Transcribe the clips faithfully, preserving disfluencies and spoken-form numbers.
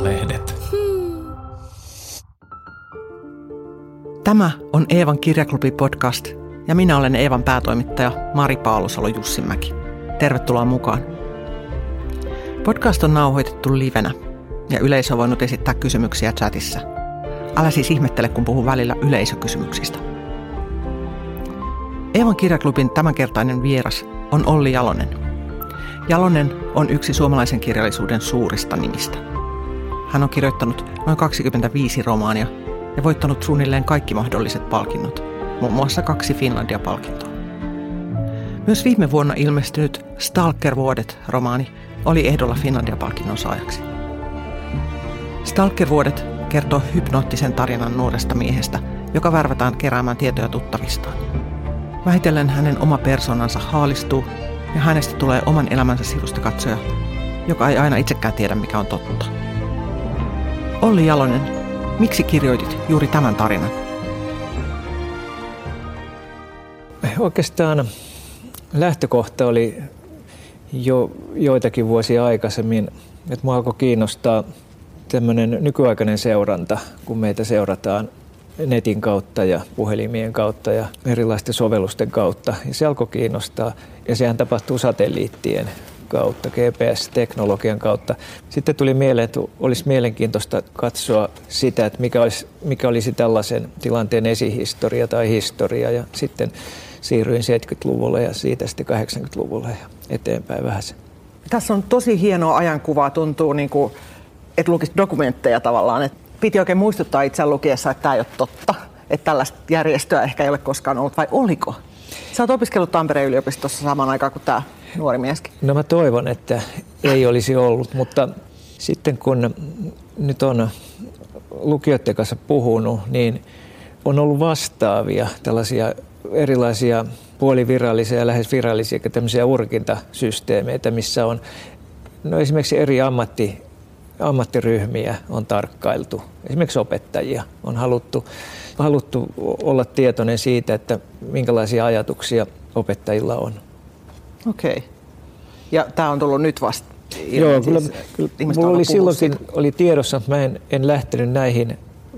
Sanomalehdet. Tämä on Eevan kirjaklubi-podcast ja minä olen Eevan päätoimittaja Mari Paalusalo-Jussinmäki. Tervetuloa mukaan. Podcast on nauhoitettu livenä ja yleisö on voinut esittää kysymyksiä chatissa. Älä siis ihmettele, kun puhun välillä yleisökysymyksistä. Eevan kirjaklubin tämänkertainen vieras on Olli Jalonen. Jalonen on yksi suomalaisen kirjallisuuden suurista nimistä. Hän on kirjoittanut noin kaksikymmentäviisi romaania ja voittanut suunnilleen kaikki mahdolliset palkinnot, muun muassa kaksi Finlandia-palkintoa. Myös viime vuonna ilmestynyt Stalker-vuodet-romaani oli ehdolla Finlandia-palkinnon saajaksi. Stalker-vuodet kertoo hypnoottisen tarinan nuoresta miehestä, joka värvätään keräämään tietoja tuttavistaan. Vähitellen hänen oma persoonansa haalistuu ja hänestä tulee oman elämänsä sivustakatsoja, joka ei aina itsekään tiedä, mikä on totta. Olli Jalonen, miksi kirjoitit juuri tämän tarinan? Oikeastaan lähtökohta oli jo joitakin vuosia aikaisemmin, että minua alkoi kiinnostaa tämmöinen nykyaikainen seuranta, kun meitä seurataan netin kautta ja puhelimien kautta ja erilaisten sovellusten kautta. Ja se alkoi kiinnostaa ja sehän tapahtuu satelliittien kautta, G P S-teknologian kautta. Sitten tuli mieleen, että olisi mielenkiintoista katsoa sitä, että mikä olisi, mikä olisi tällaisen tilanteen esihistoria tai historia. Ja sitten siirryin seitsemänkymmentäluvulle ja siitä sitten kahdeksankymmentäluvulle ja eteenpäin vähän. Tässä on tosi hienoa ajankuvaa, tuntuu niin kuin, että lukisi dokumentteja tavallaan. Että piti oikein muistuttaa itseään lukiessa, että tämä ei ole totta, että tällaista järjestöä ehkä ei ole koskaan ollut, vai oliko? Sä oot opiskellut Tampereen yliopistossa samaan aikaan kuin tämä nuori mieskin. No mä toivon, että ei olisi ollut, mutta sitten kun nyt on lukijoiden kanssa puhunut, niin on ollut vastaavia tällaisia erilaisia puolivirallisia ja lähes virallisia tämmöisiä urkintasysteemeitä, missä on no esimerkiksi eri ammatti, ammattiryhmiä on tarkkailtu. Esimerkiksi opettajia on haluttu, haluttu olla tietoinen siitä, että minkälaisia ajatuksia opettajilla on. Okei. Ja tämä on tullut nyt vasta. Joo, kyllä, kyllä mulla oli silloinkin oli tiedossa, että mä en, en lähtenyt näihin,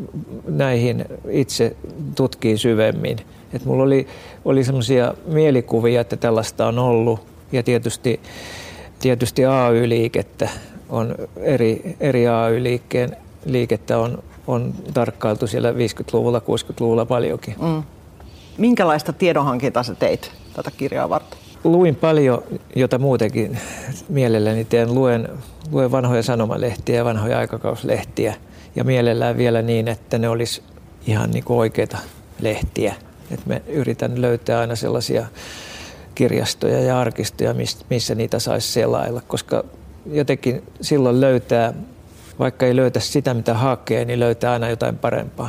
näihin itse tutkiin syvemmin. Et mulla oli, oli semmoisia mielikuvia, että tällaista on ollut ja tietysti, tietysti A Y-liikettä on eri, eri A Y-liikkeen liikettä on, on tarkkailtu siellä viisikymmentäluvulla, kuusikymmentäluvulla paljonkin. Mm. Minkälaista tiedonhankintaa sä teit tätä kirjaa varten? Luin paljon, jota muutenkin mielelläni teen. Luen, luen vanhoja sanomalehtiä ja vanhoja aikakauslehtiä ja mielellään vielä niin, että ne olisi ihan niin kuin oikeita lehtiä. Et mä yritän löytää aina sellaisia kirjastoja ja arkistoja, missä niitä saisi selailla, koska jotenkin silloin löytää, vaikka ei löytä sitä, mitä hakee, niin löytää aina jotain parempaa.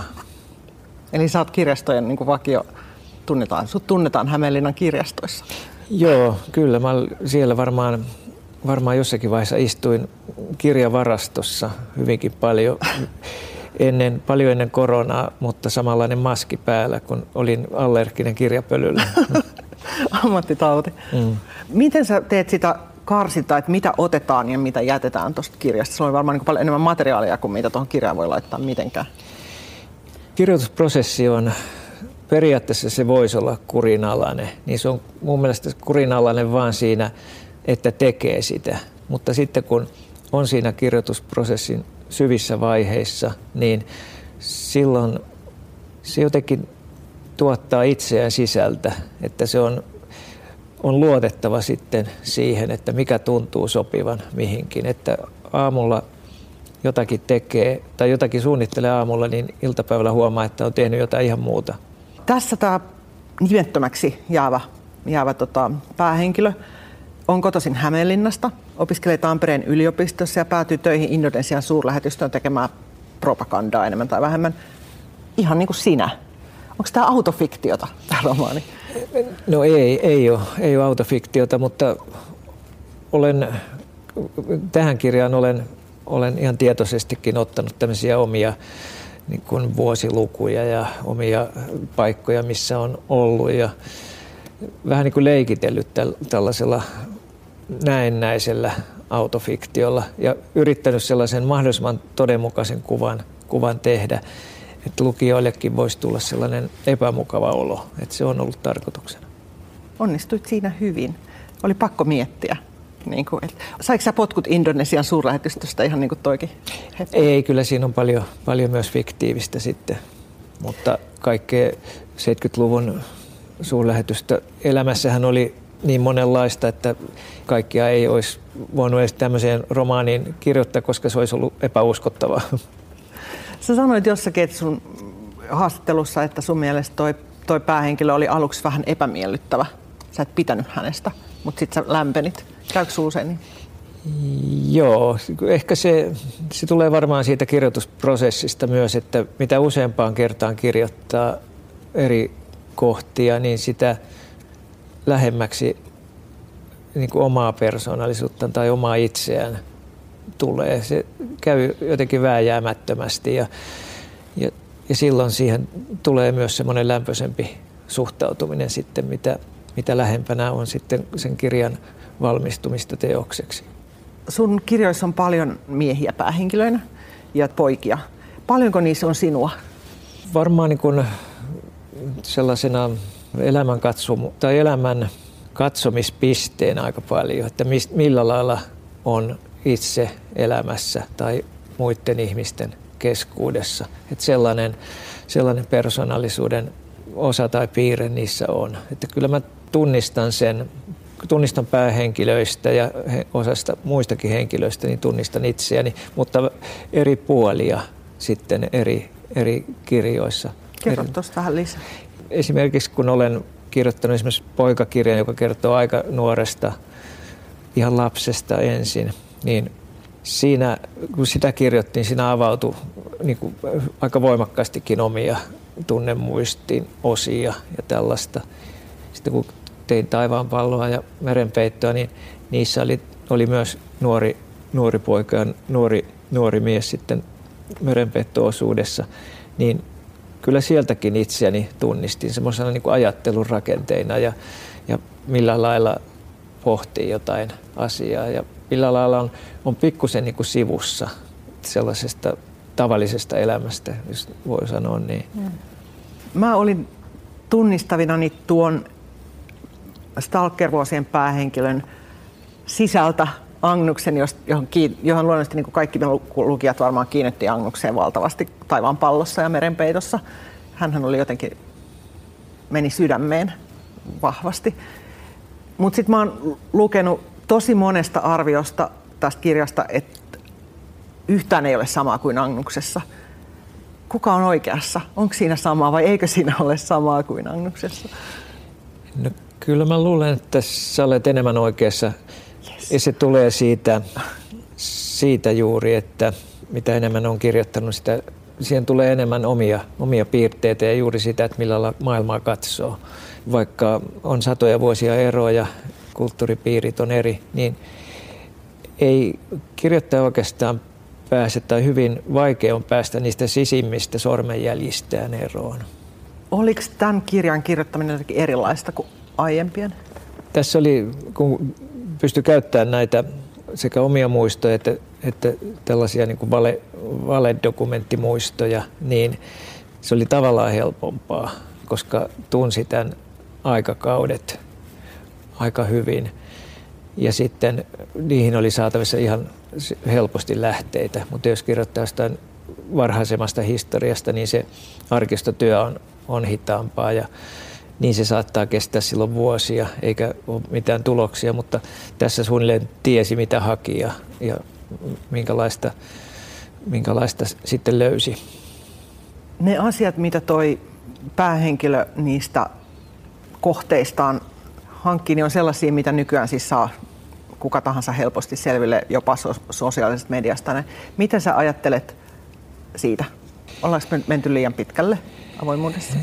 Eli sä oot kirjastojen niin kuin vakio, tunnetaan, sut tunnetaan Hämeenlinnan kirjastoissa. Joo, kyllä. Mä siellä varmaan, varmaan jossakin vaiheessa istuin kirjavarastossa hyvinkin paljon. Ennen, paljon ennen koronaa, mutta samanlainen maski päällä, kun olin allerginen kirjapölyllä. Ammattitauti. Mm. Miten sä teet sitä karsintaa, että mitä otetaan ja mitä jätetään tuosta kirjasta? Se on varmaan niin paljon enemmän materiaalia kuin mitä tuohon kirjaan voi laittaa mitenkään. Kirjoitusprosessi on, periaatteessa se voisi olla kurinalainen. Niin se on mun mielestä kurinalainen vaan siinä, että tekee sitä. Mutta sitten kun on siinä kirjoitusprosessin syvissä vaiheissa, niin silloin se jotenkin tuottaa itseään sisältä, että se on, on luotettava sitten siihen, että mikä tuntuu sopivan mihinkin. Että aamulla jotakin tekee tai jotakin suunnittelee aamulla, niin iltapäivällä huomaa, että on tehnyt jotain ihan muuta. Tässä tämä nimettömäksi jäävä, jäävä tota, päähenkilö on kotoisin Hämeenlinnasta, opiskelee Tampereen yliopistossa ja päätyy töihin Indonesian suurlähetystöön tekemään propagandaa enemmän tai vähemmän. Ihan niin kuin sinä. Onko tämä autofiktiota, tämä romaani? No ei, ei ole, ei ole autofiktiota, mutta olen, tähän kirjaan olen, olen ihan tietoisestikin ottanut tämmöisiä omia niin kuin vuosilukuja ja omia paikkoja, missä on ollut ja vähän niin kuin leikitellyt tällaisella näennäisellä autofiktiolla ja yrittänyt sellaisen mahdollisimman todenmukaisen kuvan, kuvan tehdä, että lukijoillekin voisi tulla sellainen epämukava olo, että se on ollut tarkoituksena. Onnistuit siinä hyvin. Oli pakko miettiä. Niin kuin, että, saiko sä potkut Indonesian suurlähetystöstä ihan niin kuin toikin hetki? Ei, kyllä siinä on paljon, paljon myös fiktiivistä sitten, mutta kaikkea seitsemänkymmentäluvun suurlähetystä elämässähän oli niin monenlaista, että kaikkia ei olisi voinut edes tämmöiseen romaaniin kirjoittaa, koska se olisi ollut epäuskottavaa. Sä sanoit jossakin, että sun haastattelussa, että sun mielestä toi, toi päähenkilö oli aluksi vähän epämiellyttävä. Sä et pitänyt hänestä, mutta sit sä lämpenit. Käykö sun usein niin? Joo, ehkä se, se tulee varmaan siitä kirjoitusprosessista myös, että mitä useampaan kertaan kirjoittaa eri kohtia, niin sitä lähemmäksi niin kuin omaa persoonallisuuttaan tai omaa itseään tulee. Se käy jotenkin vääjäämättömästi ja, ja, ja silloin siihen tulee myös semmoinen lämpöisempi suhtautuminen sitten, mitä, mitä lähempänä on sitten sen kirjan valmistumista teokseksi. Sun kirjoissa on paljon miehiä päähenkilöinä ja poikia. Paljonko niissä on sinua? Varmaan niin kuin sellaisena elämän, katsomu, tai elämän katsomispisteenä aika paljon, että mist, millä lailla on itse elämässä tai muiden ihmisten keskuudessa. Että sellainen, sellainen persoonallisuuden osa tai piirre niissä on. Että kyllä mä tunnistan sen, tunnistan päähenkilöistä ja osasta muistakin henkilöistä, niin tunnistan itseäni, mutta eri puolia sitten eri, eri kirjoissa. Kerro tuosta vähän lisää. Esimerkiksi kun olen kirjoittanut esimerkiksi poikakirjan, joka kertoo aika nuoresta, ihan lapsesta ensin, niin siinä, kun sitä kirjoittiin, siinä avautui niin kuin aika voimakkaastikin omia tunnemuistin osia ja tällaista. Sitten kun tein Taivaanpalloa ja Merenpeittoa, niin niissä oli, oli myös nuori, nuori poika ja nuori, nuori mies sitten Merenpeitto-osuudessa, niin kyllä sieltäkin itseäni tunnistin semmoisena niin kuin ajattelun rakenteina ja, ja millä lailla pohtii jotain asiaa ja millä lailla on, on pikkusen niin kuin sivussa sellaisesta tavallisesta elämästä, jos voi sanoa niin. Mä olin tunnistavinani tuon Stalker-vuosien päähenkilön sisältä Agnuksen, johon, johon luonnollisesti niin kuin kaikki lukijat varmaan kiinnitti Agnukseen valtavasti Taivaanpallossa ja Merenpeitossa. Hänhän oli jotenkin, meni sydämeen vahvasti. Mutta sitten mä oon lukenut tosi monesta arviosta tästä kirjasta, että yhtään ei ole samaa kuin Agnuksessa. Kuka on oikeassa? Onko siinä samaa vai eikö siinä ole samaa kuin Agnuksessa? No, kyllä mä luulen, että sä olet enemmän oikeassa. Yes. Ja se tulee siitä, siitä juuri, että mitä enemmän on kirjoittanut, sitä, siihen tulee enemmän omia, omia piirteitä ja juuri sitä, että millä lailla maailmaa katsoo. Vaikka on satoja vuosia eroa ja kulttuuripiirit on eri, niin ei kirjoittaja oikeastaan pääse tai hyvin vaikea on päästä niistä sisimmistä sormenjäljistään eroon. Oliko tämän kirjan kirjoittaminen jotenkin erilaista kuin aiempien? Tässä oli, kun pystyi käyttämään näitä sekä omia muistoja että, että tällaisia niin kuin vale, valedokumenttimuistoja, niin se oli tavallaan helpompaa, koska tunsi tämän aikakaudet aika hyvin. Ja sitten niihin oli saatavissa ihan helposti lähteitä, mutta jos kirjoittaa jostain varhaisemmasta historiasta, niin se arkistotyö on, on hitaampaa ja niin se saattaa kestää silloin vuosia, eikä ole mitään tuloksia, mutta tässä suunnilleen tiesi, mitä haki ja, ja minkälaista, minkälaista sitten löysi. Ne asiat, mitä toi päähenkilö niistä kohteistaan hankkii, niin on sellaisia, mitä nykyään siis saa kuka tahansa helposti selville jopa so- sosiaalisesta mediasta. Mitä sä ajattelet siitä? Ollaanko me menty liian pitkälle avoimuudessa?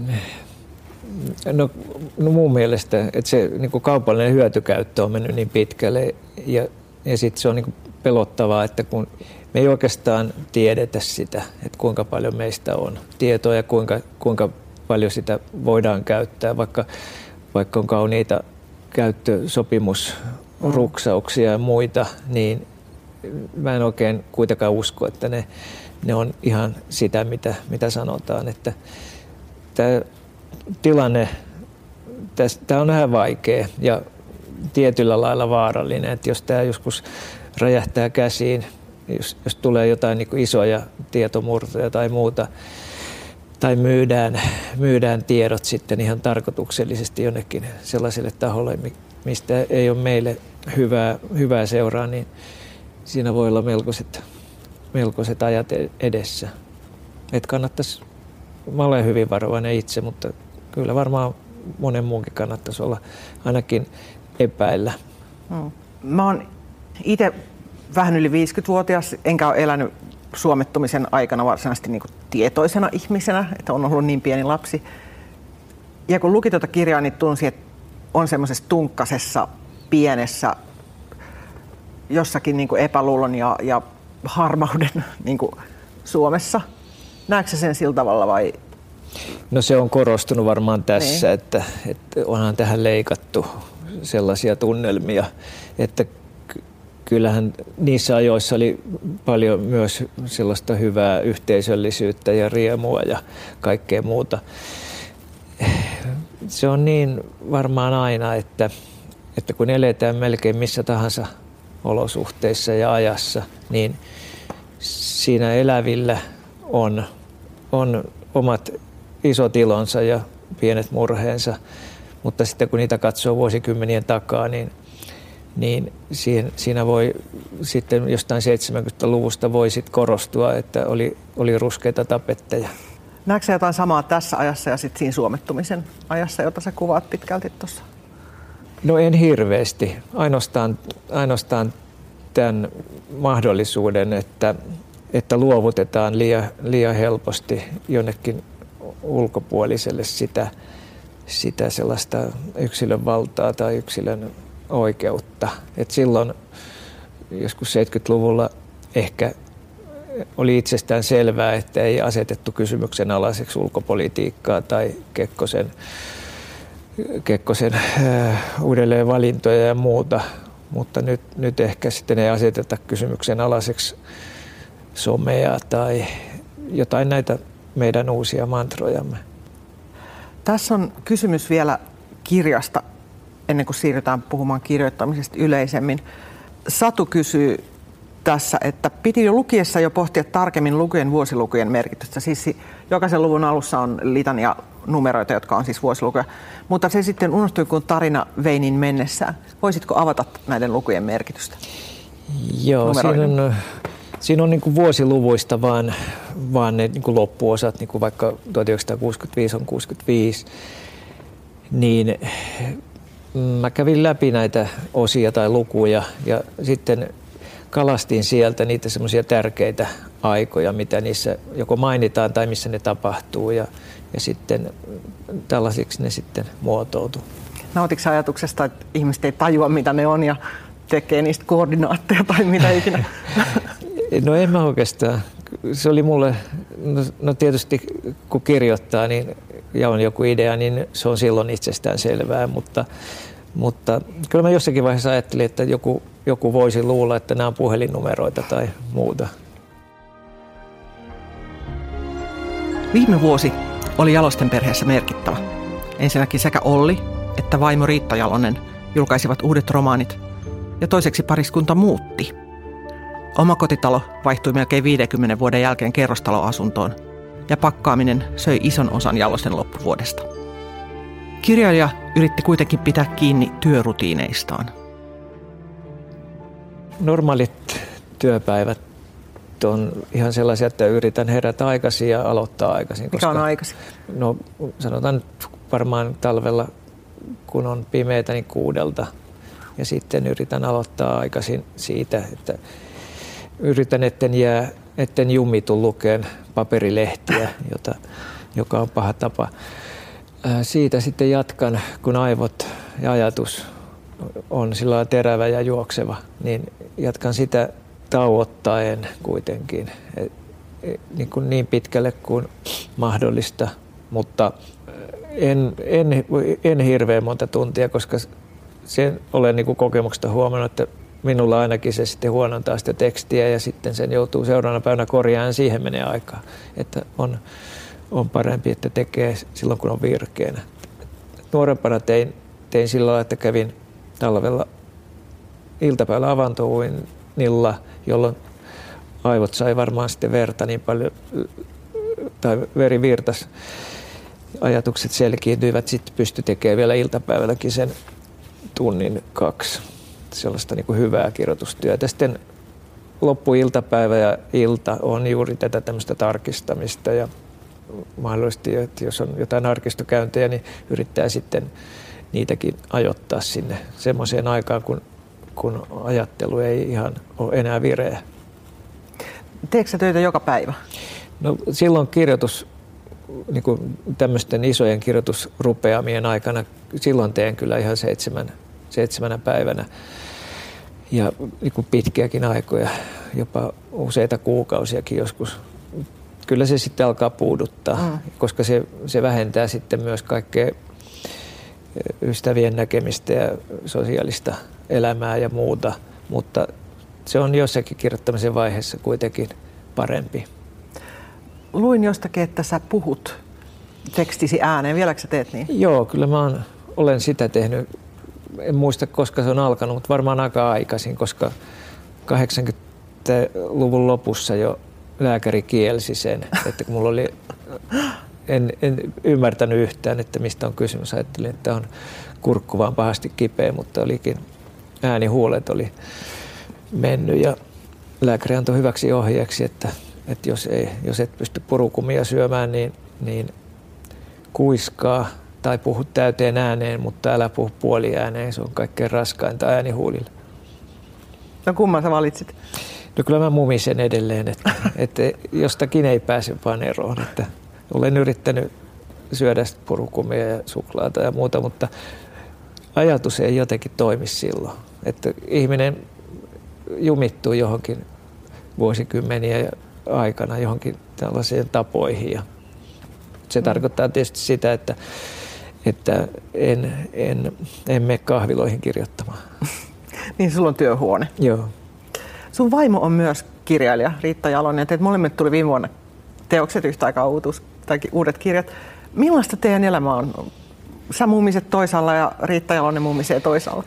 No, no mun mielestä, että se niin kuin kaupallinen hyötykäyttö on mennyt niin pitkälle ja, ja sitten se on niin kuin pelottavaa, että kun me ei oikeastaan tiedetä sitä, että kuinka paljon meistä on tietoa ja kuinka, kuinka paljon sitä voidaan käyttää, vaikka, vaikka on kauniita käyttösopimus ruksauksia ja muita, niin mä en oikein kuitenkaan usko, että ne, ne on ihan sitä, mitä, mitä sanotaan. Että tämä tilanne, tämä on vähän vaikea ja tietyllä lailla vaarallinen, että jos tämä joskus räjähtää käsiin, jos, jos tulee jotain niin kuin isoja tietomurtoja tai muuta, tai myydään, myydään tiedot sitten ihan tarkoituksellisesti jonnekin sellaiselle taholle, mistä ei ole meille hyvää, hyvää seuraa, niin siinä voi olla melkoiset, melkoiset ajat edessä. Että kannattaisi, mä olen hyvin varovainen itse, mutta kyllä varmaan monen muunkin kannattaisi olla ainakin epäillä. Hmm. Mä oon itse vähän yli viisikymmentävuotias, enkä ole elänyt suomettumisen aikana varsinaisesti niin kuin tietoisena ihmisenä, että on ollut niin pieni lapsi. Ja kun luki tuota kirjaa, niin tunsi, että on semmoisessa tunkkasessa, pienessä, jossakin niin kuin epäluulon ja, ja harmauden niin kuin Suomessa. Näetkö sä sen sillä tavalla vai? No se on korostunut varmaan tässä, niin. että, että onhan tähän leikattu sellaisia tunnelmia, että kyllähän niissä ajoissa oli paljon myös sellaista hyvää yhteisöllisyyttä ja riemua ja kaikkea muuta. Se on niin varmaan aina, että, että kun eletään melkein missä tahansa olosuhteissa ja ajassa, niin siinä elävillä on, on omat isot ilonsa ja pienet murheensa, mutta sitten kun niitä katsoo vuosikymmenien takaa, niin niin siinä voi sitten jostain seitsemänkymmentäluvusta voi sit korostua, että oli, oli ruskeita tapetteja. Näetkö jotain samaa tässä ajassa ja sitten siinä suomettumisen ajassa, jota sä kuvaat pitkälti tuossa? No en hirveästi. Ainoastaan, ainoastaan tämän mahdollisuuden, että, että luovutetaan liian, liian helposti jonnekin ulkopuoliselle sitä, sitä sellaista yksilön valtaa tai yksilön oikeutta. Et silloin joskus seitsemänkymmentäluvulla ehkä oli itsestään selvää, että ei asetettu kysymyksen alaiseksi ulkopolitiikkaa tai Kekkosen, Kekkosen äh, uudelleen valintoja ja muuta, mutta nyt, nyt ehkä sitten ei aseteta kysymyksen alaiseksi somea tai jotain näitä meidän uusia mantrojamme. Tässä on kysymys vielä kirjasta, ennen kuin siirrytään puhumaan kirjoittamisesta yleisemmin. Satu kysyy tässä, että piti jo lukiessa jo pohtia tarkemmin lukujen vuosilukujen merkitystä. Siis jokaisen luvun alussa on litania numeroita, jotka on siis vuosilukuja, mutta se sitten unohtui, kun tarina vei niin mennessään. Voisitko avata näiden lukujen merkitystä? Joo, siinä on, siinä on niin kuin vuosiluvuista vaan, vaan ne niin kuin loppuosat, niin kuin vaikka tuhatyhdeksänsataakuusikymmentäviisi on kuusikymmentäviisi, niin mä kävin läpi näitä osia tai lukuja ja sitten kalastin sieltä niitä semmoisia tärkeitä aikoja, mitä niissä joko mainitaan tai missä ne tapahtuu ja, ja sitten tällaisiksi ne sitten muotoutuu. Nautitko ajatuksesta, että ihmiset ei tajua mitä ne on ja tekee niistä koordinaatteja tai mitä ikinä? No en mä oikeastaan. Se oli mulle, no, no tietysti kun kirjoittaa niin, ja on joku idea, niin se on silloin itsestään selvää, mutta, mutta kyllä mä jossakin vaiheessa ajattelin, että joku, joku voisi luulla, että nämä on puhelinnumeroita tai muuta. Viime vuosi oli Jalosten perheessä merkittävä. Ensinnäkin sekä Olli että vaimo Riitta Jalonen julkaisivat uudet romaanit ja toiseksi pariskunta muutti. Omakotitalo vaihtui melkein viidenkymmenen vuoden jälkeen kerrostaloasuntoon ja pakkaaminen söi ison osan Jalosten loppuvuodesta. Kirjailija yritti kuitenkin pitää kiinni työrutiineistaan. Normaalit työpäivät on ihan sellaisia, että yritän herätä aikaisin ja aloittaa aikaisin. Mikä on aikaisin? No sanotaan varmaan talvella, kun on pimeätä, niin kuudelta. Ja sitten yritän aloittaa aikaisin siitä, että yritän, etten, jää, etten jumitu lukeen paperilehtiä, jota, joka on paha tapa. Siitä sitten jatkan, kun aivot ja ajatus on sillä terävä ja juokseva, niin jatkan sitä tauottaen kuitenkin niin, kuin niin pitkälle kuin mahdollista, mutta en, en, en hirveän monta tuntia, koska sen olen niin kuin kokemuksesta huomannut, että minulla ainakin se sitten huonontaa sitä tekstiä ja sitten sen joutuu seuraavana päivänä korjaamaan ja siihen menee aikaa. Että on, on parempi, että tekee silloin kun on virkeänä. Nuorempana tein, tein sillä lailla, että kävin talvella iltapäivällä avantouinnilla, jolloin aivot sai varmaan sitten verta niin paljon, tai veri virtas. Ajatukset selkiintyivät, sitten pystyi tekemään vielä iltapäivälläkin sen tunnin kaksi sellaista niin kuin hyvää kirjoitustyötä. Sitten loppuiltapäivä ja ilta on juuri tätä tämmöistä tarkistamista ja mahdollisesti, että jos on jotain arkistokäyntejä, niin yrittää sitten niitäkin ajoittaa sinne semmoiseen aikaan, kun, kun ajattelu ei ihan ole enää vireä. Teekö sä töitä joka päivä? No silloin kirjoitus, niin kuin tämmöisten isojen kirjoitusrupeamien aikana, silloin teen kyllä ihan seitsemän, seitsemänä päivänä ja niin kuin pitkiäkin aikoja, jopa useita kuukausiakin joskus. Kyllä se sitten alkaa puuduttaa, mm. koska se, se vähentää sitten myös kaikkea ystävien näkemistä ja sosiaalista elämää ja muuta, mutta se on jossakin kirjoittamisen vaiheessa kuitenkin parempi. Luin jostakin, että sä puhut tekstisi ääneen. Vieläkö sä teet niin? Joo, kyllä mä oon, olen sitä tehnyt. En muista, koska se on alkanut, mutta varmaan aika aikaisin, koska kahdeksankymmentäluvun lopussa jo lääkäri kielsi sen, että kun mulla oli, en, en ymmärtänyt yhtään, että mistä on kysymys. Ajattelin, että on kurkku vaan pahasti kipeä, mutta olikin äänihuolet oli mennyt ja lääkäri antoi hyväksi ohjeeksi, että, että jos, ei, jos et pysty purukumia syömään, niin, niin kuiskaa tai puhu täyteen ääneen, mutta älä puhu puoliääneen. Se on kaikkein raskainta äänihuulilla. No kumman sä valitsit? No kyllä mä mumisen edelleen, että, että jostakin ei pääse vaan eroon. Että olen yrittänyt syödä purukumia ja suklaata ja muuta, mutta ajatus ei jotenkin toimi silloin. Että ihminen jumittuu johonkin vuosikymmeniä aikana johonkin tällaisiin tapoihin. Ja se mm. tarkoittaa tietysti sitä, että, että en, en, en mene kahviloihin kirjoittamaan. Niin, sulla on työhuone. Joo. Sun vaimo on myös kirjailija, Riitta Jalonen. Teet molemmat tuli viime vuonna teokset yhtä aikaa uutuus, tai uudet kirjat. Millaista teidän elämä on? Sä mummiset toisaalla ja Riitta Jalonen mummisee toisaalla.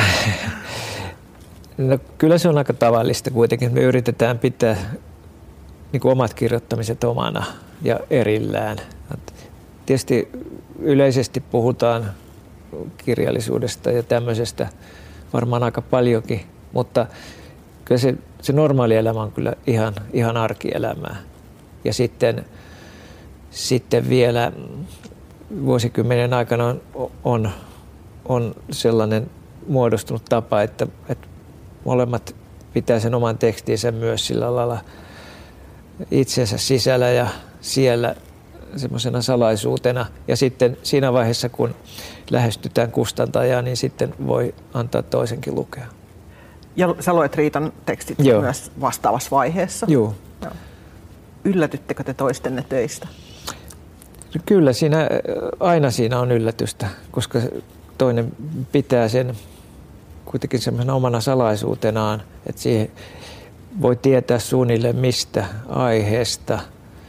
No, kyllä se on aika tavallista kuitenkin. Me yritetään pitää niin kuin omat kirjoittamiset omana ja erillään. Tietysti yleisesti puhutaan kirjallisuudesta ja tämmöisestä varmaan aika paljonkin, mutta kyllä se, se normaali elämä on kyllä ihan, ihan arkielämää. Ja sitten, sitten vielä vuosikymmenen aikana on, on, on sellainen muodostunut tapa, että, että molemmat pitää sen oman tekstinsä myös sillä lailla itsensä sisällä ja siellä semmoisena salaisuutena. Ja sitten siinä vaiheessa, kun lähestytään kustantajaa, niin sitten voi antaa toisenkin lukea. Ja sä luet Riitan tekstit Joo. myös vastaavassa vaiheessa? Joo. Joo. Yllätyttekö te toistenne töistä? Kyllä, siinä, aina siinä on yllätystä, koska toinen pitää sen kuitenkin semmoisena omana salaisuutenaan, että siihen voi tietää suunnilleen mistä aiheesta,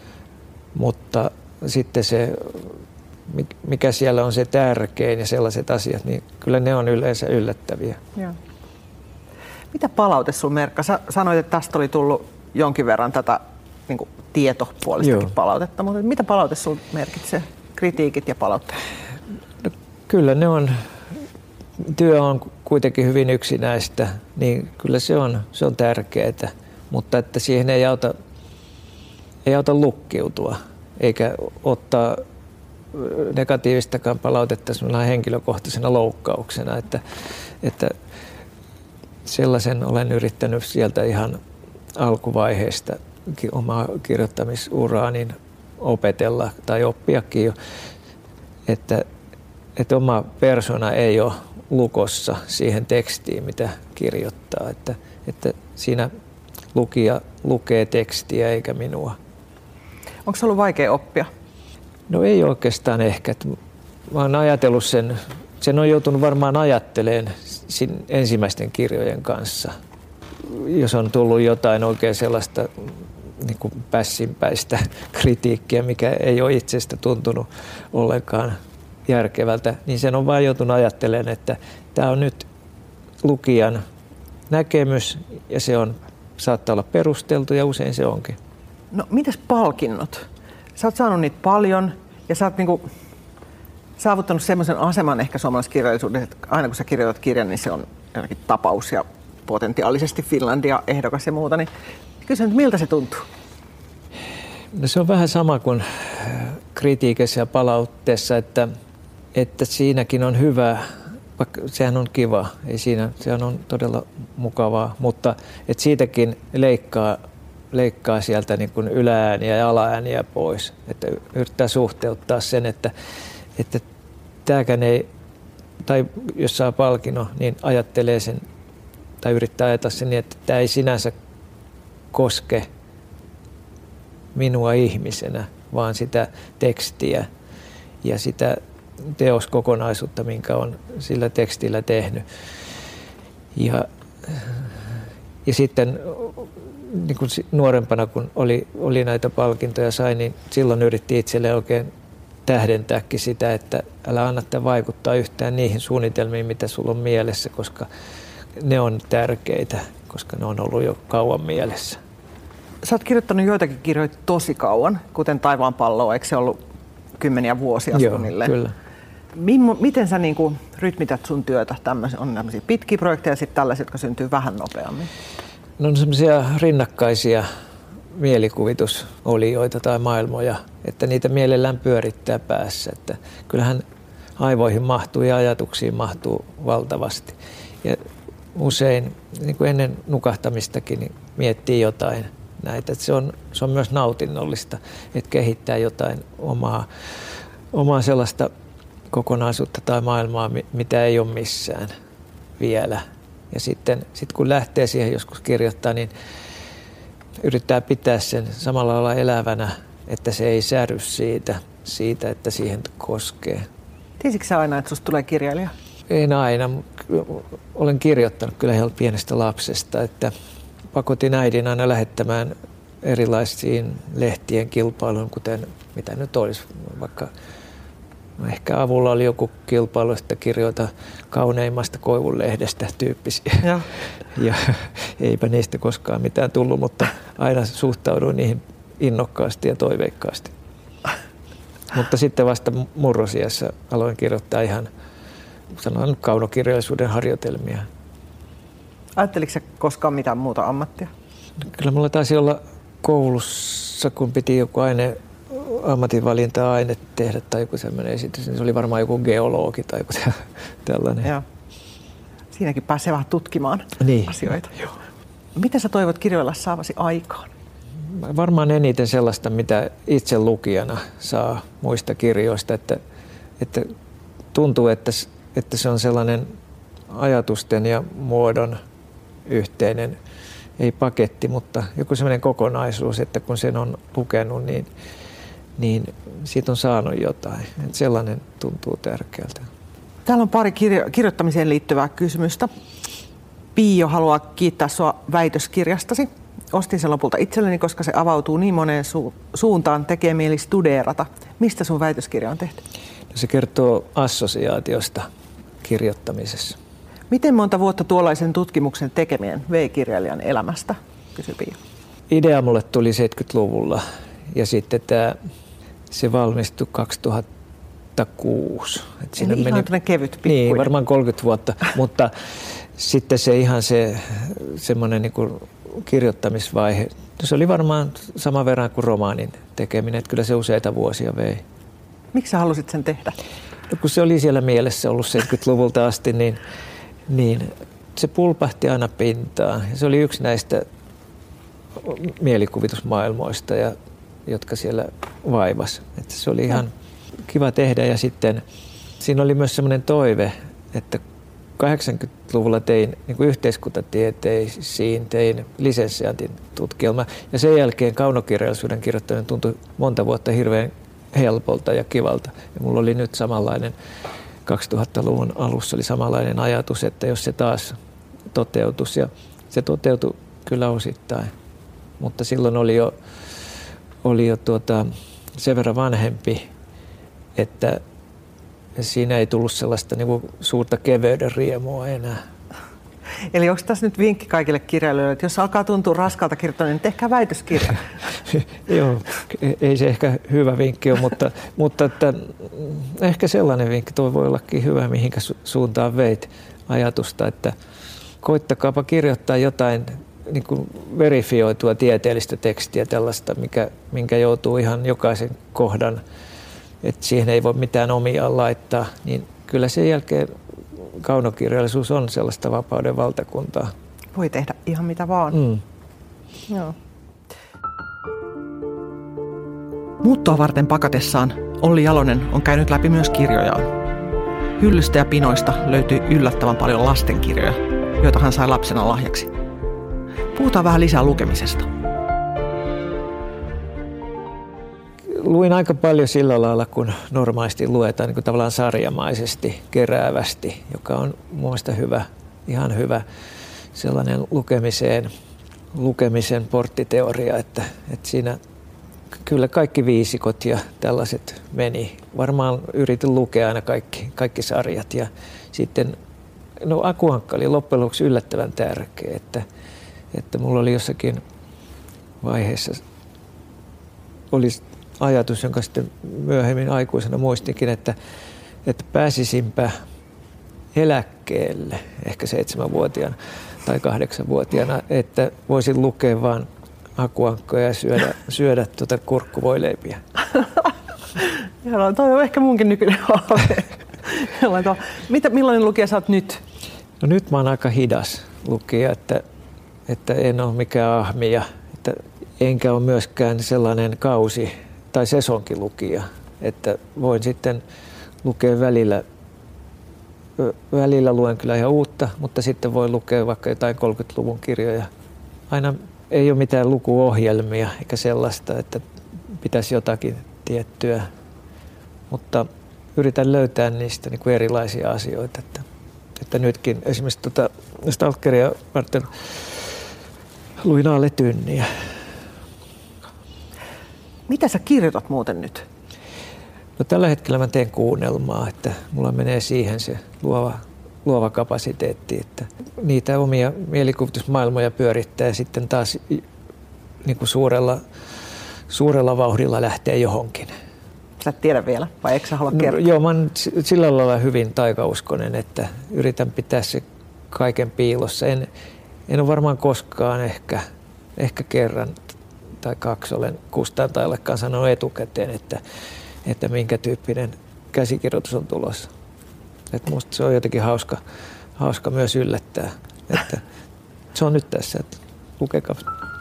mutta sitten se, mikä siellä on se tärkein ja sellaiset asiat, niin kyllä ne on yleensä yllättäviä. Joo. Mitä palaute sun merkka? Sä sanoit, että tästä oli tullut jonkin verran tätä niin kuin tietopuolistakin Joo. palautetta, mutta mitä palaute sun merkitsee? Kritiikit ja palautteet? No, kyllä ne on, työ on kuitenkin hyvin yksinäistä, niin kyllä se on, se on tärkeää, mutta että siihen ei auta, ei auta lukkiutua eikä ottaa negatiivistakaan palautetta henkilökohtaisena loukkauksena, että, että sellaisen olen yrittänyt sieltä ihan alkuvaiheesta omaa kirjoittamisuraa niin opetella tai oppiakin jo, että, että oma persona ei ole lukossa siihen tekstiin, mitä kirjoittaa, että, että siinä lukija lukee tekstiä eikä minua. Onko se ollut vaikea oppia? No ei oikeastaan ehkä. Mä oon ajatellut sen sen on joutunut varmaan ajattelemaan ensimmäisten kirjojen kanssa. Jos on tullut jotain oikein sellaista niin kuin pässinpäistä kritiikkiä, mikä ei ole itsestä tuntunut ollenkaan järkevältä, niin sen on vain joutunut ajattelemaan, että tämä on nyt lukijan näkemys ja se on, saattaa olla perusteltu ja usein se onkin. No mitäs palkinnot? Sä oot saanut niitä paljon ja sä oot niinku saavuttanut semmoisen aseman ehkä suomalaisessa kirjallisuudessa, että aina kun sä kirjoitat kirjan, niin se on jonakin tapaus ja potentiaalisesti Finlandia ehdokas ja muuta. Niin kysyn, miltä se tuntuu? No se on vähän sama kuin kritiikissä ja palautteessa, että, että siinäkin on hyvä, vaikka sehän on kiva, ei siinä, sehän on todella mukavaa, mutta että siitäkin leikkaa, leikkaa sieltä niin kuin yläääniä ja alaääniä pois, että yrittää suhteuttaa sen, että, että tämäkään ei, tai jos saa palkinnon, niin ajattelee sen, tai yrittää ajatella sen niin, että tämä ei sinänsä koske minua ihmisenä, vaan sitä tekstiä ja sitä teoskokonaisuutta, minkä on sillä tekstillä tehnyt. Ja, ja sitten niin kuin nuorempana, kun oli, oli näitä palkintoja sai, niin silloin yritti itselleen oikein tähdentääkin sitä, että älä anna tämän vaikuttaa yhtään niihin suunnitelmiin, mitä sulla on mielessä, koska ne on tärkeitä, koska ne on ollut jo kauan mielessä. Sä oot kirjoittanut joitakin kirjoja tosi kauan, kuten Taivaan palloa, eikö se ollut kymmeniä vuosia suunnilleen? Joo, kyllä. Mimmo, miten sä niin kuin rytmität sun työtä? Tämmöisiä, on tämmöisiä pitkiä projekteja ja sitten tällaisia, jotka syntyy vähän nopeammin. No on semmoisia rinnakkaisia mielikuvitusolioita tai maailmoja, että niitä mielellään pyörittää päässä. Että kyllähän aivoihin mahtuu ja ajatuksiin mahtuu valtavasti. Ja usein niin kuin ennen nukahtamistakin niin miettii jotain näitä. Että se on, se on myös nautinnollista, että kehittää jotain omaa, omaa sellaista kokonaisuutta tai maailmaa, mitä ei ole missään vielä. Ja sitten sit kun lähtee siihen joskus kirjoittaa, niin yrittää pitää sen samalla lailla elävänä, että se ei säry siitä, siitä että siihen koskee. Tiesitkö sä aina, että susta tulee kirjailija? En aina. Olen kirjoittanut kyllä ihan pienestä lapsesta, että pakotin äidin aina lähettämään erilaisiin lehtien kilpailuun, kuten mitä nyt olisi, vaikka ehkä avulla oli joku kilpailu, että kirjoita kauneimmasta koivunlehdestä tyyppisiä. Ja. ja eipä niistä koskaan mitään tullut, mutta aina suhtauduin niihin innokkaasti ja toiveikkaasti. Mutta sitten vasta murrosiässä aloin kirjoittaa ihan sanon kaunokirjallisuuden harjoitelmia. Ajatteliko sä koskaan mitään muuta ammattia? Kyllä mulla taisi olla koulussa, kun piti joku aine, ammatinvalinta-aine tehdä tai joku sellainen esitys, niin se oli varmaan joku geologi tai joku tällainen. Joo. Siinäkin pääsee vähän tutkimaan niin. asioita. Joo. Mitä sä toivot kirjoilla saavasi aikaan? Varmaan eniten sellaista, mitä itse lukijana saa muista kirjoista, että, että tuntuu, että, että se on sellainen ajatusten ja muodon yhteinen, ei paketti, mutta joku sellainen kokonaisuus, että kun sen on lukenut, niin, niin siitä on saanut jotain. Että sellainen tuntuu tärkeältä. Täällä on pari kirjo- kirjoittamiseen liittyvää kysymystä. Pio haluaa kiittää sua väitöskirjastasi. Ostin sen lopulta itselleni, koska se avautuu niin moneen su- suuntaan, tekee mieli studeerata. Mistä sun väitöskirja on tehty? No se kertoo assosiaatiosta kirjoittamisessa. Miten monta vuotta tuollaisen tutkimuksen tekeminen vei kirjailijan elämästä, kysyi Pia. Idea mulle tuli seitsemänkymmentäluvulla ja sitten tämä, se valmistui kaksituhattakuusi. Et siinä Eli meni, ihan kevyt pikkuinen. Niin, varmaan kolmekymmentä vuotta, mutta sitten se ihan se semmoinen niin kuin kirjoittamisvaihe, se oli varmaan saman verran kuin romaanin tekeminen, että kyllä se useita vuosia vei. Miksi sä halusit sen tehdä? No, kun se oli siellä mielessä ollut seitsemänkymmentäluvulta asti, niin, niin se pulpahti aina pintaan. Ja se oli yksi näistä mielikuvitusmaailmoista, ja, jotka siellä vaivasi. Että se oli ihan kiva tehdä ja sitten siinä oli myös semmoinen toive, että kahdeksankymmentäluvulla tein niin kuin yhteiskuntatieteisiin, tein lisenssiaatin tutkielma ja sen jälkeen kaunokirjallisuuden kirjoittaminen tuntui monta vuotta hirveän helpolta ja kivalta. Ja mulla oli nyt samanlainen kaksituhattaluvun alussa oli samanlainen ajatus, että jos se taas toteutuisi, ja se toteutui kyllä osittain, mutta silloin oli jo, oli jo tuota, sen verran vanhempi, että siinä ei tullut sellaista niin kuin suurta keveyden riemua enää. Eli onko tässä nyt vinkki kaikille kirjailijoille, että jos alkaa tuntua raskaalta kirjoittaa, niin tehkää väitöskirja? Joo, ei se ehkä hyvä vinkki ole, mutta, mutta että ehkä sellainen vinkki tuo voi ollakin hyvä, mihinkä suuntaan veit ajatusta, että koittakaapa kirjoittaa jotain niin kuin verifioitua tieteellistä tekstiä, tällaista, mikä, minkä joutuu ihan jokaisen kohdan, että siihen ei voi mitään omiaan laittaa, niin kyllä sen jälkeen kaunokirjallisuus on sellaista vapauden valtakuntaa. Voi tehdä ihan mitä vaan. Mm. Joo. Muuttoa varten pakatessaan Olli Jalonen on käynyt läpi myös kirjojaan. Hyllystä ja pinoista löytyi yllättävän paljon lastenkirjoja, joita hän sai lapsena lahjaksi. Puhutaan vähän lisää lukemisesta. Luin aika paljon sillä lailla, kun normaalisti luetaan niin kuin tavallaan sarjamaisesti, keräävästi, joka on muista hyvä, ihan hyvä sellainen lukemiseen, lukemisen porttiteoria, että, että siinä kyllä kaikki viisikot ja tällaiset meni. Varmaan yritin lukea aina kaikki, kaikki sarjat ja sitten no Aku Ankka oli loppujen lopuksi yllättävän tärkeä, että, että mulla oli jossakin vaiheessa olisi ajatus, jonka sitten myöhemmin aikuisena muistinkin, että, että pääsisinpä eläkkeelle ehkä seitsemänvuotiaana tai kahdeksanvuotiaana, että voisin lukea vaan Aku Ankkoja ja syödä, syödä tuota kurkkuvoileipiä. Joo, toi on ehkä munkin nykyinen haave. Mitä, millainen lukija sä oot nyt? No nyt mä oon aika hidas lukija, että, että en ole mikään ahmija, että enkä ole myöskään sellainen kausi- tai sesonkilukija, että voin sitten lukea välillä, välillä luen kyllä ihan uutta, mutta sitten voi lukea vaikka jotain kolmekymmentäluvun kirjoja. Aina ei ole mitään lukuohjelmia eikä sellaista, että pitäisi jotakin tiettyä, mutta yritän löytää niistä niin kuin erilaisia asioita. Että, että nytkin esimerkiksi tuota Stalkeria varten luin Aale Tynniä. Mitä sä kirjoitat muuten nyt? No, tällä hetkellä mä teen kuunnelmaa, että mulla menee siihen se luova, luova kapasiteetti, että niitä omia mielikuvitusmaailmoja pyörittää ja sitten taas niin kuin suurella, suurella vauhdilla lähtee johonkin. Sä et tiedä vielä, vai eikö sä halua kertoa? No, joo, mä oon sillä lailla hyvin taikauskonen, että yritän pitää se kaiken piilossa. En, en ole varmaan koskaan ehkä, ehkä kerran tai kaksi olen kustantajallekaan sanonut etukäteen, että, että minkä tyyppinen käsikirjoitus on tulossa. Et musta se on jotenkin hauska, hauska myös yllättää. Että se on nyt tässä, että lukekaa.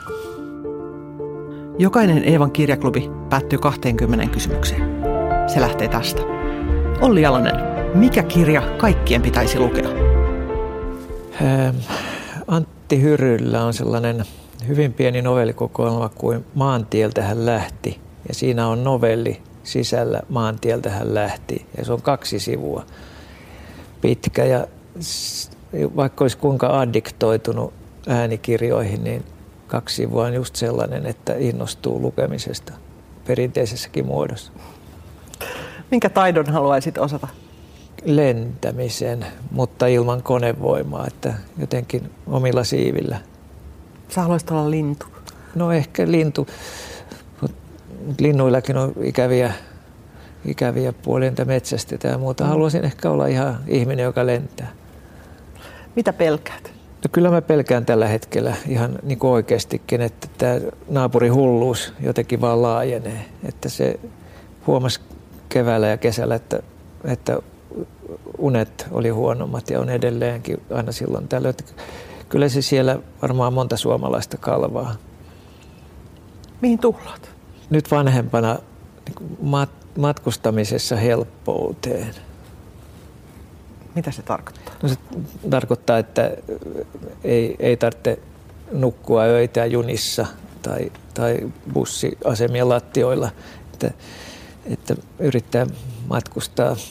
Jokainen Eevan kirjaklubi päättyy kahteenkymmeneen kysymykseen. Se lähtee tästä. Olli Jalonen, mikä kirja kaikkien pitäisi lukea? Ähm, Antti Hyryllä on sellainen hyvin pieni novellikokoelma kuin Maantieltä hän lähti. Ja siinä on novelli sisällä Maantieltä hän lähti. Ja se on kaksi sivua pitkä. Ja vaikka olisi kuinka addiktoitunut äänikirjoihin, niin kaksi sivua on just sellainen, että innostuu lukemisesta perinteisessäkin muodossa. Minkä taidon haluaisit osata? Lentämisen, mutta ilman konevoimaa, että jotenkin omilla siivillä. Sä haluaisit olla lintu? No ehkä lintu. Linnuillakin on ikäviä, ikäviä puolia, entä metsästetään ja muuta. Haluaisin ehkä olla ihan ihminen, joka lentää. Mitä pelkäät? No kyllä mä pelkään tällä hetkellä ihan niin kuin oikeastikin, että tämä naapurin hulluus jotenkin vaan laajenee. Että se huomasi keväällä ja kesällä, että, että unet oli huonommat ja on edelleenkin aina silloin tällöin. Kyllä se siellä varmaan monta suomalaista kalvaa. Mihin tuhlaat? Nyt vanhempana mat- matkustamisessa helppouteen. Mitä se tarkoittaa? No se tarkoittaa, että ei, ei tarvitse nukkua öitä junissa tai, tai bussiasemien lattioilla. Että, että yrittää matkustaa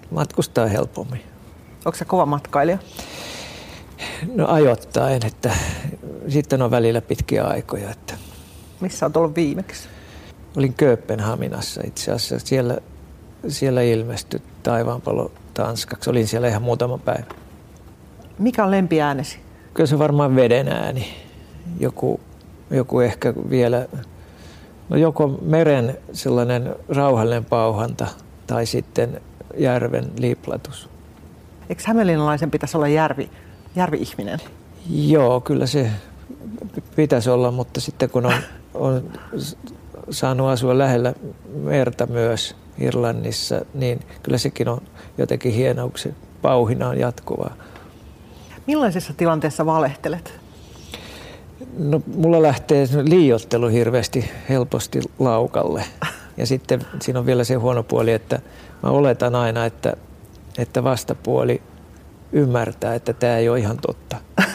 matkustaa helpommin. Onko se kova matkailija? No ajoittain, että sitten on välillä pitkiä aikoja. Että missä olet ollut viimeksi? Olin Kööpenhaminassa itse asiassa. Siellä, siellä ilmestyi Taivaanpallo tanskaksi. Olin siellä ihan muutama päivä. Mikä on lempiäänesi? Kyllä se varmaan veden ääni. Joku, joku ehkä vielä, no joko meren sellainen rauhallinen pauhanta tai sitten järven liiplatus. Eikö hämeenlinnalaisen pitäisi olla järvi, järvi-ihminen? Joo, kyllä se pitäisi olla, mutta sitten kun on, on saanut asua lähellä merta myös Irlannissa, niin kyllä sekin on jotenkin hienoa, kun se pauhina on jatkuvaa. Millaisessa tilanteessa valehtelet? No, mulla lähtee liioittelu hirveästi helposti laukalle. Ja sitten siinä on vielä se huono puoli, että mä oletan aina, että, että vastapuoli ymmärtää, että tämä ei ole ihan totta.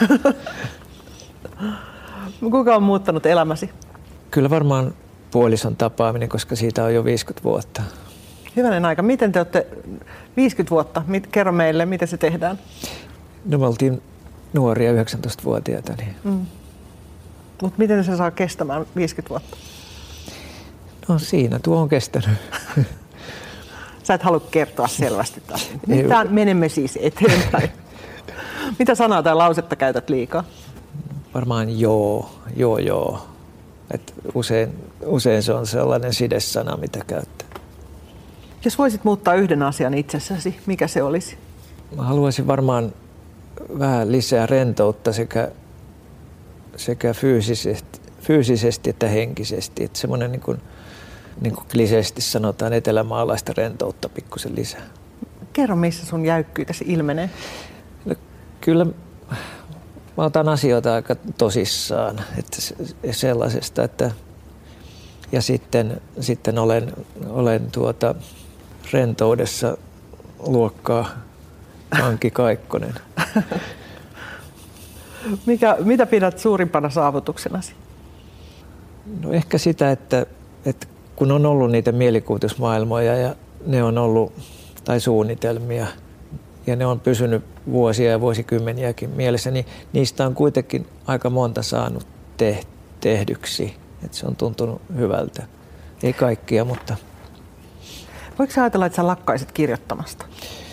Kuka on muuttanut elämäsi? Kyllä varmaan puolison tapaaminen, koska siitä on jo viisikymmentä vuotta. Hyvänen aika. Miten te olette viisikymmentä vuotta? Kerro meille, miten se tehdään? No me oltiin nuoria yhdeksäntoistavuotiaita. Niin. Mm. Mutta miten se saa kestämään viisikymmentä vuotta? No siinä tuo on kestänyt. Sä et halua kertoa selvästi taas. Nyt menemme siis eteenpäin. Mitä sanaa tai lausetta käytät liikaa? Varmaan joo, joo, joo. Et usein, usein se on sellainen sidesana, mitä käyttää. Jos voisit muuttaa yhden asian itsessäsi, mikä se olisi? Mä haluaisin varmaan vähän lisää rentoutta sekä, sekä fyysisesti, fyysisesti että henkisesti. Että semmoinen niin kuin, niin kuin kliseisesti sanotaan etelämaalaista rentoutta pikkusen lisää. Kerro, missä sun jäykkyytesi ilmenee? No, kyllä mä otan asioita aika tosissaan, että sellaisesta, että ja sitten, sitten olen, olen tuota rentoudessa luokkaa Anki Kaikkonen. Mikä, mitä pidät suurimpana saavutuksenasi? No ehkä sitä, että, että kun on ollut niitä mielikuvitusmaailmoja ja ne on ollut, tai suunnitelmia, ja ne on pysynyt vuosia ja vuosikymmeniäkin mielessä, niin niistä on kuitenkin aika monta saanut te- tehdyksi. Että se on tuntunut hyvältä. Ei kaikkia, mutta... Voiko sä ajatella, että sä lakkaisit kirjoittamasta?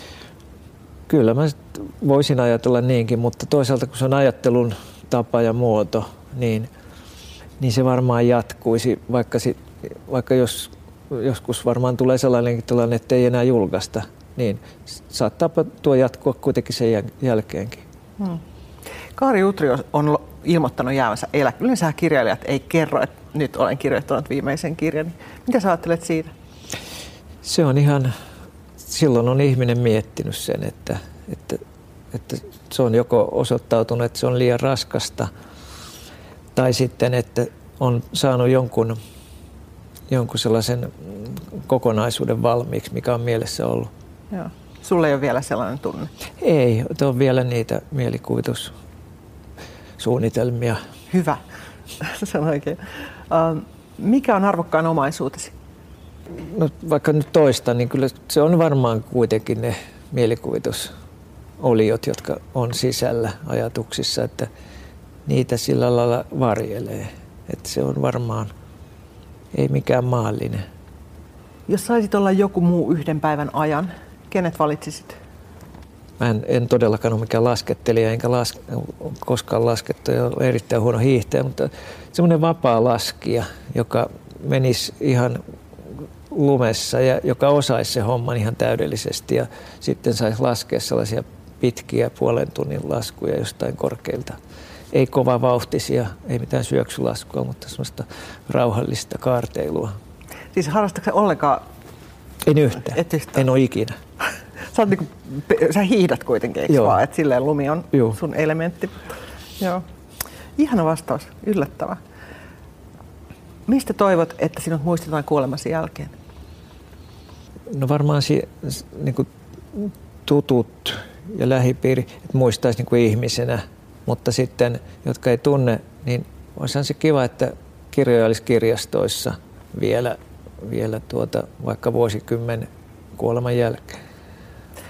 Kyllä mä voisin ajatella niinkin, mutta toisaalta kun se on ajattelun tapa ja muoto, niin, niin se varmaan jatkuisi, vaikka, sit, vaikka jos, joskus varmaan tulee sellainenkin tilanne, että ei enää julkaista, niin saattaa tuo jatkua kuitenkin sen jälkeenkin. Hmm. Kaari Utrio on ilmoittanut jäävänsä eläkkeelle. Yleensä kirjailijat ei kerro, että nyt olen kirjoittanut viimeisen kirjan. Mitä sä ajattelet siitä? Se on ihan, silloin on ihminen miettinyt sen, että, että, että se on joko osoittautunut, että se on liian raskasta, tai sitten, että on saanut jonkun, jonkun sellaisen kokonaisuuden valmiiksi, mikä on mielessä ollut. Joo. Sulla ei ole vielä sellainen tunne? Ei, on vielä niitä mielikuvitussuunnitelmia. Hyvä, se on oikein. Uh, mikä on arvokkaan omaisuutesi? No, vaikka nyt toista, niin kyllä se on varmaan kuitenkin ne mielikuvitusoliot, jotka on sisällä ajatuksissa, että niitä sillä lailla varjelee. Että se on varmaan, ei mikään maallinen. Jos saisit olla joku muu yhden päivän ajan, kenet valitsisit? Mä en, en todellakaan ole mikään laskettelija, enkä las, koskaan laskettu ja ole erittäin huono hiihtäjä, mutta semmoinen vapaa laskija, joka menisi ihan lumessa ja joka osaisi se homman ihan täydellisesti ja sitten saisi laskea sellaisia pitkiä puolen tunnin laskuja jostain korkeilta. Ei kova vauhtisia, ei mitään syöksylaskua, mutta semmoista rauhallista kaarteilua. Siis harrastatko ollenkaan? En yhtään. Et yhtään. En ole ikinä. Sä, niinku, sä hiihdät kuitenkin, eikö vaan? Että silleen lumi on Joo. sun elementti. Joo. Ihana vastaus, yllättävä. Mistä toivot, että sinut muistetaan kuolemasi jälkeen? No varmaan si, niin kuin tutut ja lähipiiri, että muistaisi niin kuin ihmisenä, mutta sitten, jotka ei tunne, niin olisihan se kiva, että kirjoja olisi kirjastoissa vielä, vielä tuota, vaikka vuosikymmen kuoleman jälkeen.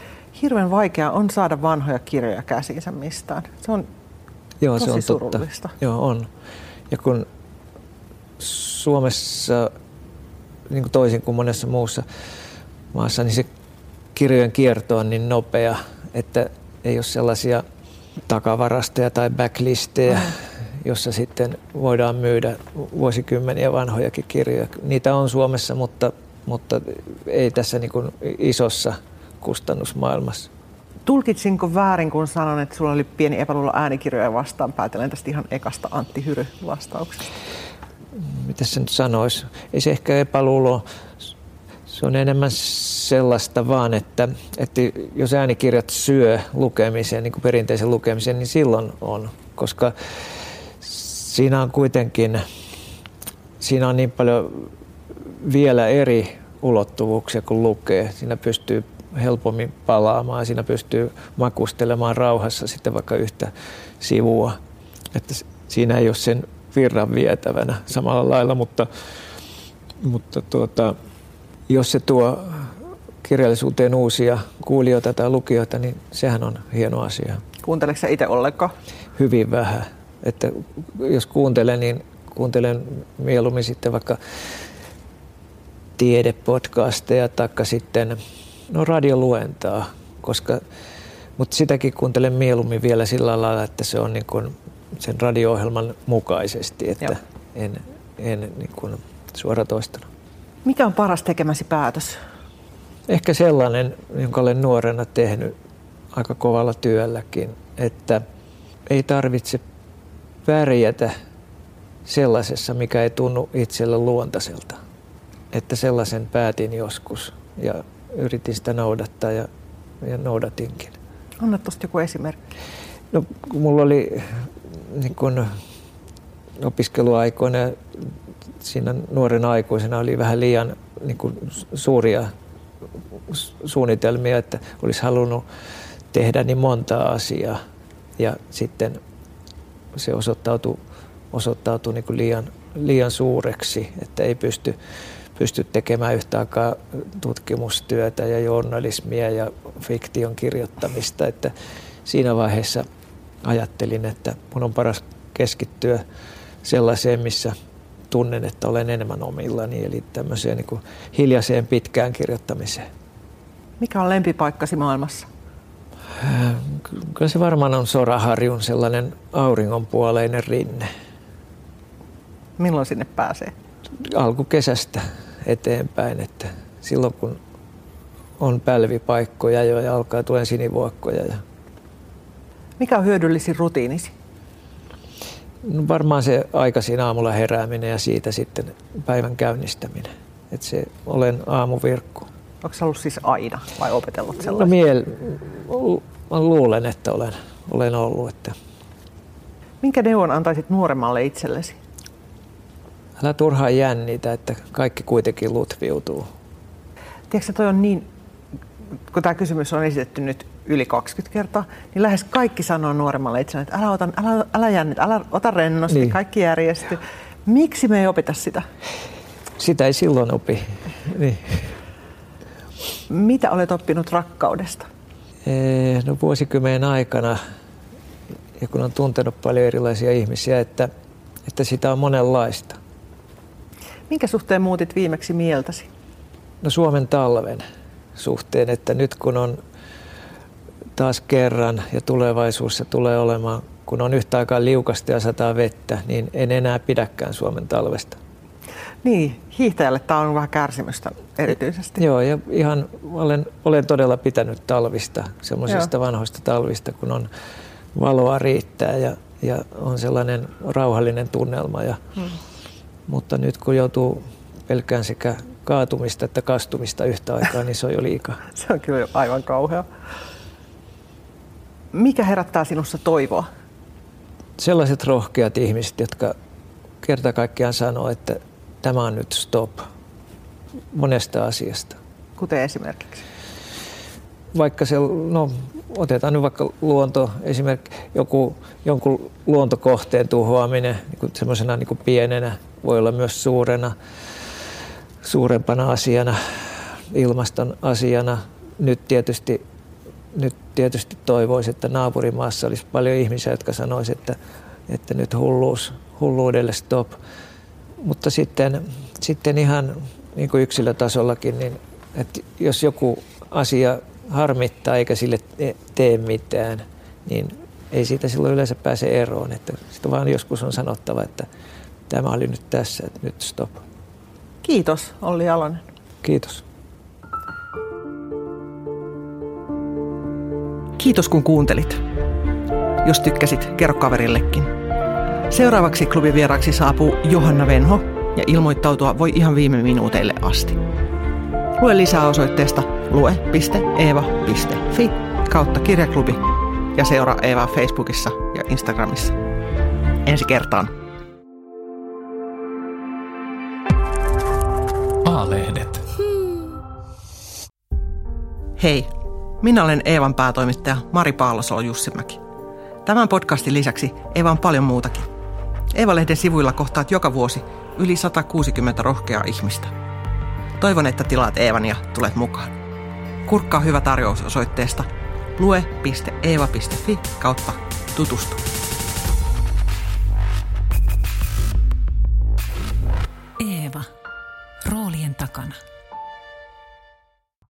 Hirveän vaikea on saada vanhoja kirjoja käsiinsä mistään. Se on Joo, tosi se on surullista. Totta. Joo, on. Ja kun Suomessa, niin kuin toisin kuin monessa muussa maassa, niin se kirjojen kierto on niin nopea, että ei ole sellaisia takavarastoja tai backlistejä, mm. jossa sitten voidaan myydä vuosikymmeniä vanhojakin kirjoja. Niitä on Suomessa, mutta, mutta ei tässä niin kuin isossa kustannusmaailmassa. Tulkitsinko väärin, kun sanon, että sulla oli pieni epäluulo äänikirjoja vastaan? Päätelen tästä ihan ekasta Antti Hyry vastauksesta. Mitä se nyt sanoisi? Ei se ehkä epäluulo. Se on enemmän sellaista vaan, että, että jos äänikirjat syö lukemisen, niin kuin perinteisen lukemisen, niin silloin on. Koska siinä on kuitenkin, siinä on niin paljon vielä eri ulottuvuuksia kuin lukee. Siinä pystyy helpommin palaamaan, siinä pystyy makustelemaan rauhassa sitten vaikka yhtä sivua. Että siinä ei ole sen virran vietävänä samalla lailla, mutta, mutta tuota, jos se tuo kirjallisuuteen uusia kuulijoita tai lukijoita, niin sehän on hieno asia. Kuunteleeko sä itse ollenkaan? Hyvin vähän. Että jos kuuntelen, niin kuuntelen mieluummin sitten vaikka tiedepodcasteja tai sitten no radioluentaa, koska, mutta sitäkin kuuntelen mieluummin vielä sillä lailla, että se on niin kuin sen radio-ohjelman mukaisesti, että Joo. en, en niin kuin suoratoistana. Mikä on paras tekemäsi päätös? Ehkä sellainen, jonka olen nuorena tehnyt aika kovalla työlläkin, että ei tarvitse pärjätä sellaisessa, mikä ei tunnu itselle luontaiselta. Että sellaisen päätin joskus ja yritin sitä noudattaa ja, ja noudatinkin. Anna tuosta joku esimerkki. No, kun mulla oli niin kun opiskeluaikoina, siinä nuorena aikuisena oli vähän liian niin kun suuria suunnitelmia, että olisi halunnut tehdä niin monta asiaa. Ja sitten se osoittautui, osoittautui niin kuin liian, liian suureksi, että ei pysty, pysty tekemään yhtä aikaa tutkimustyötä ja journalismia ja fiktion kirjoittamista. Että siinä vaiheessa ajattelin, että mun on paras keskittyä sellaiseen, missä tunnen, että olen enemmän omillani, eli tämmöiseen niin kuin hiljaiseen pitkään kirjoittamiseen. Mikä on lempipaikkasi maailmassa? Kyllä se varmaan on Soraharjun sellainen auringonpuoleinen rinne. Milloin sinne pääsee? Alkukesästä eteenpäin, että silloin kun on pälvipaikkoja jo ja alkaa tulla sinivuokkoja. Ja... Mikä on hyödyllisin rutiinisi? No varmaan se aikaisin aamulla herääminen ja siitä sitten päivän käynnistäminen. Että se olen aamuvirkku. Onko se ollut siis aina vai opetellut sellaista? No miel, mä luulen, että olen, olen ollut. Että... Minkä neuvon antaisit nuoremmalle itsellesi? Älä turhaan jännitä, että kaikki kuitenkin lutviutuu. Tiedätkö, toi on niin, kun tämä kysymys on esitetty nyt yli kaksikymmentä kertaa, niin lähes kaikki sanoo nuoremmalle itselleen, että älä, ota, älä, älä jännitä, älä ota rennosti, niin. Kaikki järjesty. Miksi me ei opita sitä? Sitä ei silloin opi. Niin. Mitä olet oppinut rakkaudesta? Ee, no vuosikymmenen aikana, ja kun on tuntenut paljon erilaisia ihmisiä, että, että sitä on monenlaista. Minkä suhteen muutit viimeksi mieltäsi? No Suomen talven suhteen, että nyt kun on taas kerran ja tulevaisuudessa tulee olemaan, kun on yhtä aikaa liukasta ja sataa vettä, niin en enää pidäkään Suomen talvesta. Niin, hiihtäjälle tämä on vähän kärsimystä erityisesti. Joo, ja ihan olen, olen todella pitänyt talvista, semmoisista vanhoista talvista, kun on valoa riittää ja, ja on sellainen rauhallinen tunnelma. Ja, hmm. Mutta nyt kun joutuu pelkään sekä kaatumista että kastumista yhtä aikaa, niin se on jo liikaa. Se on kyllä aivan kauhea. Mikä herättää sinussa toivoa? Sellaiset rohkeat ihmiset, jotka kerta kaikkiaan sanoo, että tämä on nyt stop monesta asiasta. Kuten esimerkiksi? Vaikka se, no otetaan nyt vaikka luonto, esimerkiksi joku, jonkun luontokohteen tuhoaminen niin semmoisena niin kuin pienenä, voi olla myös suurena, suurempana asiana, ilmaston asiana. Nyt tietysti nyt tietysti toivoisin, että naapurimaassa olisi paljon ihmisiä, jotka sanoisivat, että, että nyt hulluus, hulluudelle stop. Mutta sitten, sitten ihan niin kuin yksilötasollakin, niin että jos joku asia harmittaa eikä sille tee mitään, niin ei siitä silloin yleensä pääse eroon. Että sitä vaan joskus on sanottava, että tämä oli nyt tässä, että nyt stop. Kiitos, Olli Jalonen. Kiitos. Kiitos kun kuuntelit. Jos tykkäsit, kerro kaverillekin. Seuraavaksi klubin vieraaksi saapuu Johanna Venho ja ilmoittautua voi ihan viime minuuteille asti. Lue lisää osoitteesta lue piste eeva piste fi kautta kirjaklubi ja seuraa Eevaa Facebookissa ja Instagramissa. Ensi kertaan. A-lehdet. Hei, minä olen Eevan päätoimittaja Mari Paalosolo-Jussimäki. Tämän podcastin lisäksi Eeva on paljon muutakin. Eeva-lehden sivuilla kohtaat joka vuosi yli sata kuusikymmentä rohkeaa ihmistä. Toivon, että tilaat Eevan ja tulet mukaan. Kurkkaa hyvä tarjous osoitteesta lue piste eeva piste fi kautta tutustu. Eeva. Roolien takana.